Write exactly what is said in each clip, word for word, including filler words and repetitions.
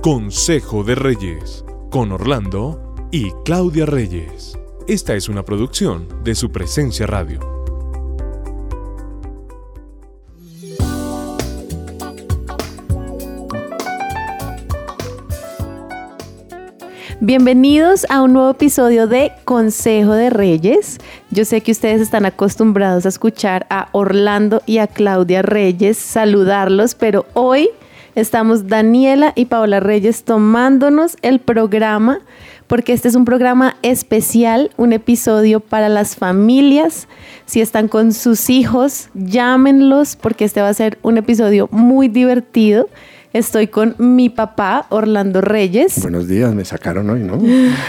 Consejo de Reyes, con Orlando y Claudia Reyes. Esta es una producción de Su Presencia Radio. Bienvenidos a un nuevo episodio de Consejo de Reyes. Yo sé que ustedes están acostumbrados a escuchar a Orlando y a Claudia Reyes, saludarlos, pero hoy estamos Daniela y Paola Reyes tomándonos el programa porque este es un programa especial, un episodio para las familias. Si están con sus hijos, llámenlos porque este va a ser un episodio muy divertido. Estoy con mi papá, Orlando Reyes. Buenos días, me sacaron hoy, ¿no?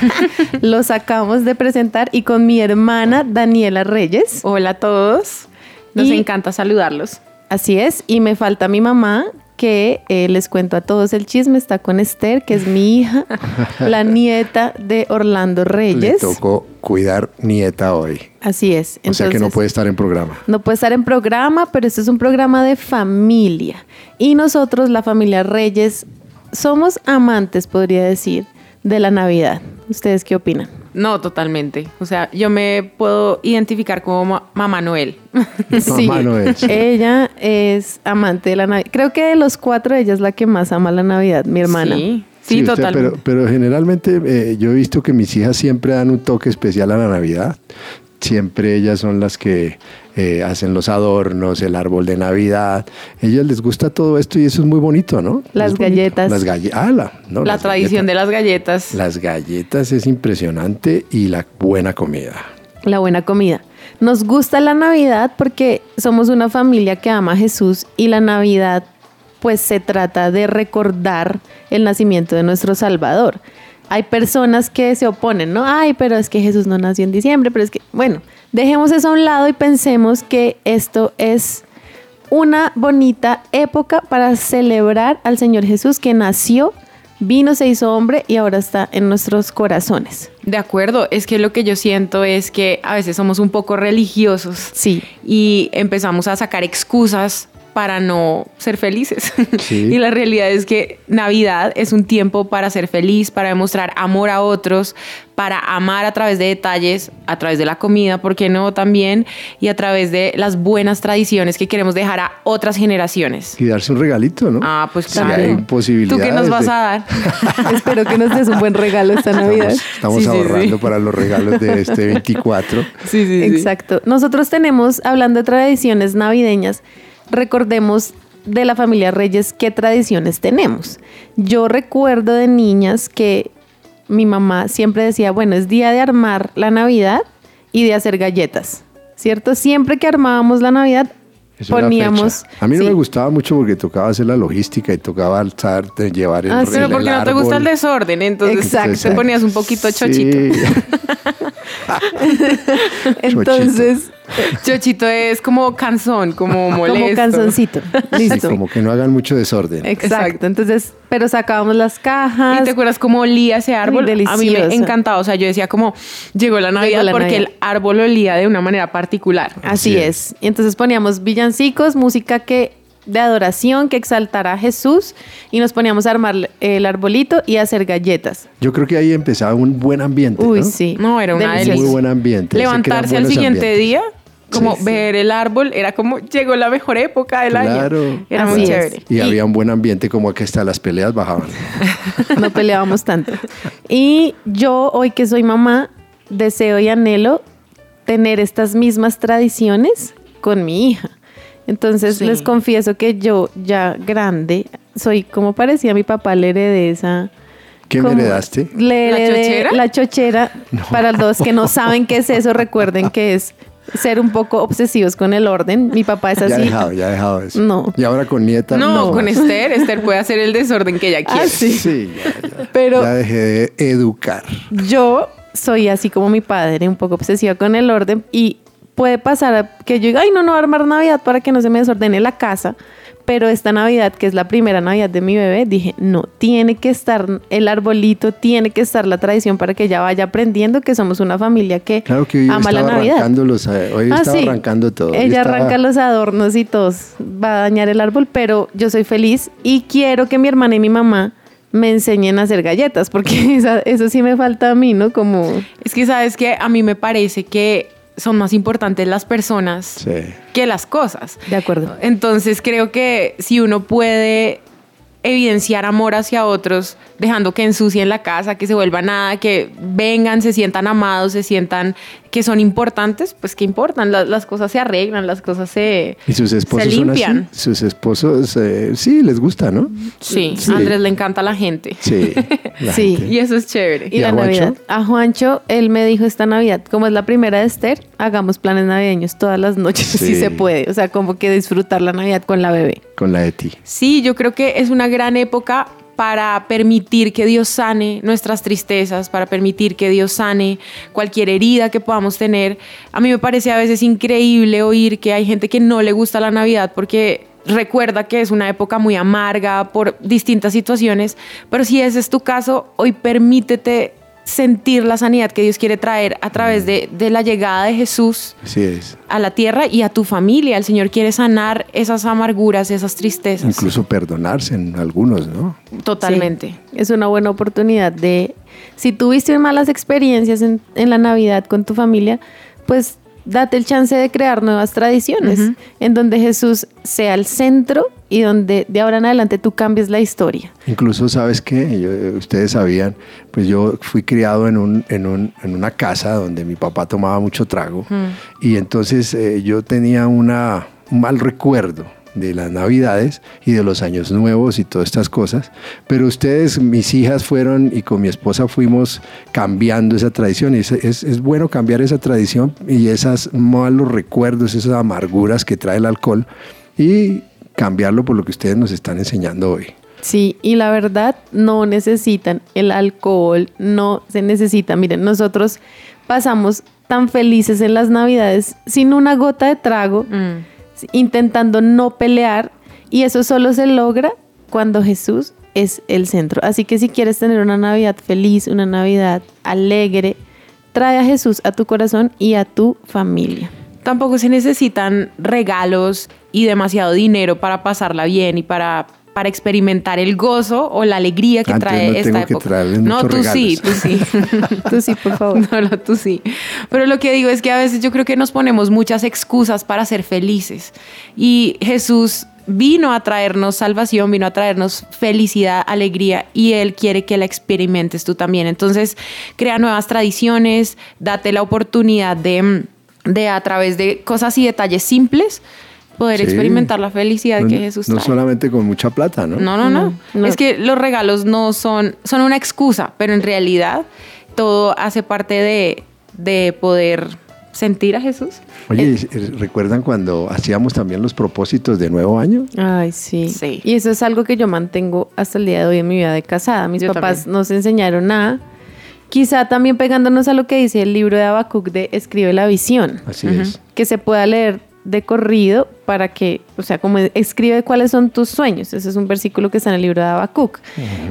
Los acabamos de presentar y con mi hermana, Daniela Reyes. Hola a todos, nos y, encanta saludarlos. Así es, y me falta mi mamá, que eh, les cuento a todos el chisme, está con Esther, que es mi hija, la nieta de Orlando Reyes. Le tocó cuidar nieta hoy. Así es. Entonces, o sea que no puede estar en programa. No puede estar en programa, pero este es un programa de familia. Y nosotros, la familia Reyes, somos amantes, podría decir, de la Navidad. ¿Ustedes qué opinan? No, totalmente. O sea, yo me puedo identificar como ma- Mamá Noel. Sí, Mamá Noel, sí, ella es amante de la Navidad. Creo que de los cuatro, ella es la que más ama la Navidad, mi hermana. Sí, sí, sí usted, totalmente. Pero, pero generalmente eh, yo he visto que mis hijas siempre dan un toque especial a la Navidad. Siempre ellas son las que eh, hacen los adornos, el árbol de Navidad. A ellas les gusta todo esto y eso es muy bonito, ¿no? Las es galletas. Las galletas. Ah, la, no, la las tradición galletas. de las galletas. Las galletas es impresionante y la buena comida. La buena comida. Nos gusta la Navidad porque somos una familia que ama a Jesús y la Navidad pues se trata de recordar el nacimiento de nuestro Salvador. Hay personas que se oponen, ¿no? Ay, pero es que Jesús no nació en diciembre, pero es que, bueno, dejemos eso a un lado y pensemos que esto es una bonita época para celebrar al Señor Jesús que nació, vino, se hizo hombre y ahora está en nuestros corazones. De acuerdo, es que lo que yo siento es que a veces somos un poco religiosos. Sí. Y empezamos a sacar excusas para no ser felices. Sí. Y la realidad es que Navidad es un tiempo para ser feliz, para demostrar amor a otros, para amar a través de detalles, a través de la comida, ¿por qué no también? Y a través de las buenas tradiciones que queremos dejar a otras generaciones. Y darse un regalito, ¿no? Ah, pues Sí, claro. hay posibilidades. ¿Tú qué nos vas de... a dar? Espero que nos des un buen regalo esta Navidad. Estamos, estamos Sí, sí, ahorrando sí. para los regalos de este veinticuatro. Sí, sí, sí. Exacto. Nosotros tenemos, hablando de tradiciones navideñas, recordemos de la familia Reyes qué tradiciones tenemos. Yo recuerdo de niñas que mi mamá siempre decía, bueno, es día de armar la Navidad y de hacer galletas, ¿cierto? Siempre que armábamos la Navidad Eso era poníamos... fecha. A mí no sí. me gustaba mucho porque tocaba hacer la logística y tocaba alzar, de llevar el, Ah, el, sí. Pero el porque no te árbol. gusta el desorden, entonces Exacto. te ponías un poquito chochito. Sí. Entonces, Chochito es como cansón, como molesto. como canzoncito. Sí, Listo. como que no hagan mucho desorden. Exacto. Exacto. Entonces, pero sacábamos las cajas. ¿Y te acuerdas cómo olía ese árbol? Muy A mí delicioso. me encantaba. O sea, yo decía como, llegó la Navidad la porque Navidad. el árbol olía de una manera particular. Así Así es. Y entonces poníamos villancicos, música que de adoración que exaltara a Jesús y nos poníamos a armar el arbolito y a hacer galletas. Yo creo que ahí empezaba un buen ambiente, Uy, ¿no? sí. No, era una Delicioso. Muy buen ambiente. Se crean Levantarse al buenos siguiente ambientes. día, como Sí. ver el árbol, era como, llegó la mejor época del Claro. año. Era Así muy es. chévere. Y, había un buen ambiente como que hasta las peleas bajaban. No peleábamos tanto. Y yo, hoy que soy mamá, deseo y anhelo tener estas mismas tradiciones con mi hija. Entonces Sí. les confieso que yo ya grande, soy como parecía mi papá, le heredé esa... ¿Qué me como- heredaste? Le ¿La heredé chochera? La chochera. Para los que no saben qué es eso, recuerden que es ser un poco obsesivos con el orden. Mi papá es Ya he así. dejado, ya he dejado eso. No. Y ahora con nieta. No, con más. Esther, Esther puede hacer el desorden que ella quiere. Ah, sí. Sí, ya, ya. Pero Ya dejé de educar. yo soy así como mi padre, un poco obsesiva con el orden y puede pasar que yo diga, ay, no, no voy a armar Navidad para que no se me desordene la casa, pero esta Navidad, que es la primera Navidad de mi bebé, dije, no, tiene que estar el arbolito, tiene que estar la tradición para que ella vaya aprendiendo que somos una familia que Claro que hoy ama la estaba Navidad. arrancando los, eh, hoy Ah, estaba sí. arrancando todo. Hoy Ella estaba- arranca los adornos y todos, va a dañar el árbol, pero yo soy feliz y quiero que mi hermana y mi mamá me enseñen a hacer galletas, porque esa, eso sí me falta a mí, ¿no? Como... Es que sabes que a mí me parece que son más importantes las personas Sí. que las cosas. De acuerdo. Entonces creo que si uno puede evidenciar amor hacia otros, dejando que ensucien la casa, que se vuelva nada, que vengan, se sientan amados, se sientan que son importantes, pues que importan, las, las cosas se arreglan, las cosas se, ¿Y sus esposos se limpian. son así? Sus esposos, eh, sí, les gusta, ¿no? Sí, Sí. a Andrés le encanta la gente. Sí. la Sí. gente. Y eso es chévere. Y, ¿Y la a Juancho? Navidad. A Juancho, él me dijo esta Navidad, como es la primera de Esther, hagamos planes navideños todas las noches, Sí. si se puede. O sea, como que disfrutar la Navidad con la bebé. Con la de ti. Sí, yo creo que es una gran época para permitir que Dios sane nuestras tristezas, para permitir que Dios sane cualquier herida que podamos tener. A mí me parece a veces increíble oír que hay gente que no le gusta la Navidad porque recuerda que es una época muy amarga por distintas situaciones, pero si ese es tu caso, hoy permítete sentir la sanidad que Dios quiere traer a través de, de la llegada de Jesús Así es. a la tierra y a tu familia. El Señor quiere sanar esas amarguras, esas tristezas. Incluso perdonarse en algunos, ¿no? Totalmente. Sí, es una buena oportunidad de, si tuviste malas experiencias en, en la Navidad con tu familia, pues date el chance de crear nuevas tradiciones, Ujú. en donde Jesús sea el centro y donde de ahora en adelante tú cambies la historia. Incluso, ¿sabes qué? Yo- ustedes sabían, pues yo fui criado en, un, en, un, en una casa donde mi papá tomaba mucho trago y entonces eh, yo tenía una, un mal recuerdo de las Navidades y de los años nuevos y todas estas cosas, pero ustedes, mis hijas fueron y con mi esposa fuimos cambiando esa tradición y es, es, es bueno cambiar esa tradición y esos malos recuerdos, esas amarguras que trae el alcohol y cambiarlo por lo que ustedes nos están enseñando hoy. Sí, y la verdad no necesitan el alcohol, no se necesita. Miren, nosotros pasamos tan felices en las Navidades sin una gota de trago, Mm. intentando no pelear, y eso solo se logra cuando Jesús es el centro. Así que si quieres tener una Navidad feliz, una Navidad alegre, trae a Jesús a tu corazón y a tu familia. Tampoco se necesitan regalos y demasiado dinero para pasarla bien y para, para experimentar el gozo o la alegría que Antes trae no esta tengo que época. traerles No, muchos tú sí, regalos. tú sí. Tú sí, por favor. No, no, tú sí. Pero lo que digo es que a veces yo creo que nos ponemos muchas excusas para ser felices. Y Jesús vino a traernos salvación, vino a traernos felicidad, alegría, y Él quiere que la experimentes tú también. Entonces, crea nuevas tradiciones, date la oportunidad de, de a través de cosas y detalles simples, poder Sí. experimentar la felicidad No, que Jesús no trae. solamente con mucha plata, ¿no? No, no, no, No, no. Es que los regalos no son, son una excusa, pero en realidad todo hace parte de, de poder sentir a Jesús. Oye, ¿recuerdan cuando hacíamos también los propósitos de nuevo año? Ay, sí. Sí. Y eso es algo que yo mantengo hasta el día de hoy en mi vida de casada. Mis Yo papás también. nos enseñaron nada. Quizá también pegándonos a lo que dice el libro de Habacuc de Escribe la visión, Así es. que se pueda leer de corrido para que, o sea, como escribe cuáles son tus sueños. Ese es un versículo que está en el libro de Habacuc.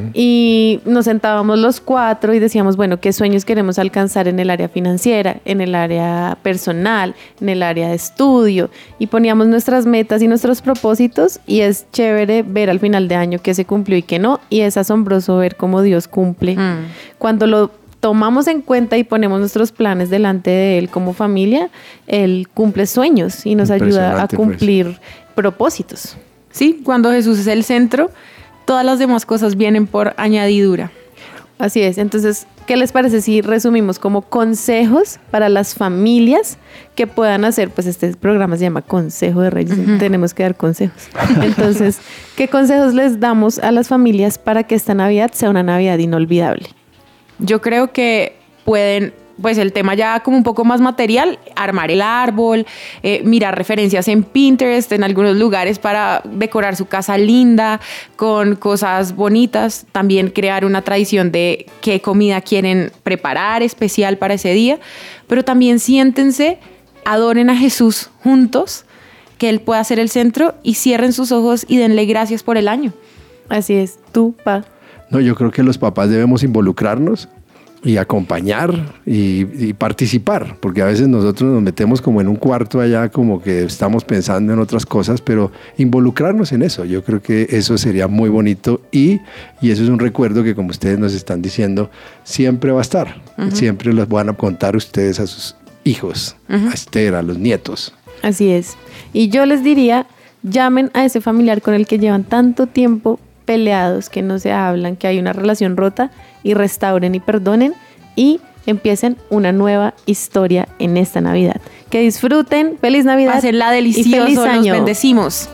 Y nos sentábamos los cuatro y decíamos, bueno, ¿qué sueños queremos alcanzar en el área financiera, en el área personal, en el área de estudio? Y poníamos nuestras metas y nuestros propósitos, y es chévere ver al final de año qué se cumplió y qué no, y es asombroso ver cómo Dios cumple. Mm. Cuando lo tomamos en cuenta y ponemos nuestros planes delante de Él como familia, Él cumple sueños y nos ayuda a Impresionante, cumplir propósitos. Sí, cuando Jesús es el centro, todas las demás cosas vienen por añadidura. Así es. Entonces, ¿qué les parece si resumimos como consejos para las familias que puedan hacer? Pues este programa se llama Consejo de Reyes. Ujú. Tenemos que dar consejos. Entonces, ¿qué consejos les damos a las familias para que esta Navidad sea una Navidad inolvidable? Yo creo que pueden, pues el tema ya como un poco más material, armar el árbol, eh, mirar referencias en Pinterest, en algunos lugares para decorar su casa linda, con cosas bonitas. También crear una tradición de qué comida quieren preparar especial para ese día. Pero también siéntense, adoren a Jesús juntos, que Él pueda ser el centro, y cierren sus ojos y denle gracias por el año. Así es. Tú, pa. No, yo creo que los papás debemos involucrarnos y acompañar y, y participar, porque a veces nosotros nos metemos como en un cuarto allá, como que estamos pensando en otras cosas, pero involucrarnos en eso, yo creo que eso sería muy bonito y, y eso es un recuerdo que, como ustedes nos están diciendo, siempre va a estar, uh-huh. siempre los van a contar ustedes a sus hijos, uh-huh. a Esther, a los nietos. Así es, y yo les diría, llamen a ese familiar con el que llevan tanto tiempo peleados, que no se hablan, que hay una relación rota, y restauren y perdonen y empiecen una nueva historia en esta Navidad. Que disfruten, feliz Navidad. Pásenla delicioso, y feliz año. Los bendecimos.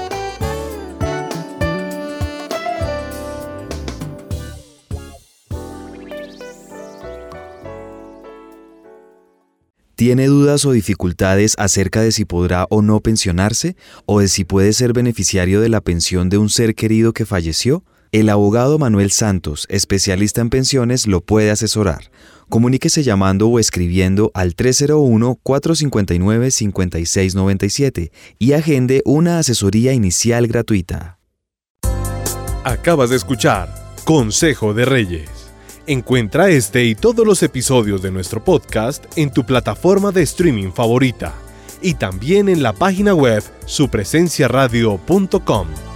¿Tiene dudas o dificultades acerca de si podrá o no pensionarse o de si puede ser beneficiario de la pensión de un ser querido que falleció? El abogado Manuel Santos, especialista en pensiones, lo puede asesorar. Comuníquese llamando o escribiendo al tres cero uno, cuatro cinco nueve, cinco seis nueve siete y agende una asesoría inicial gratuita. Acabas de escuchar Consejo de Reyes. Encuentra este y todos los episodios de nuestro podcast en tu plataforma de streaming favorita y también en la página web su presencia radio punto com.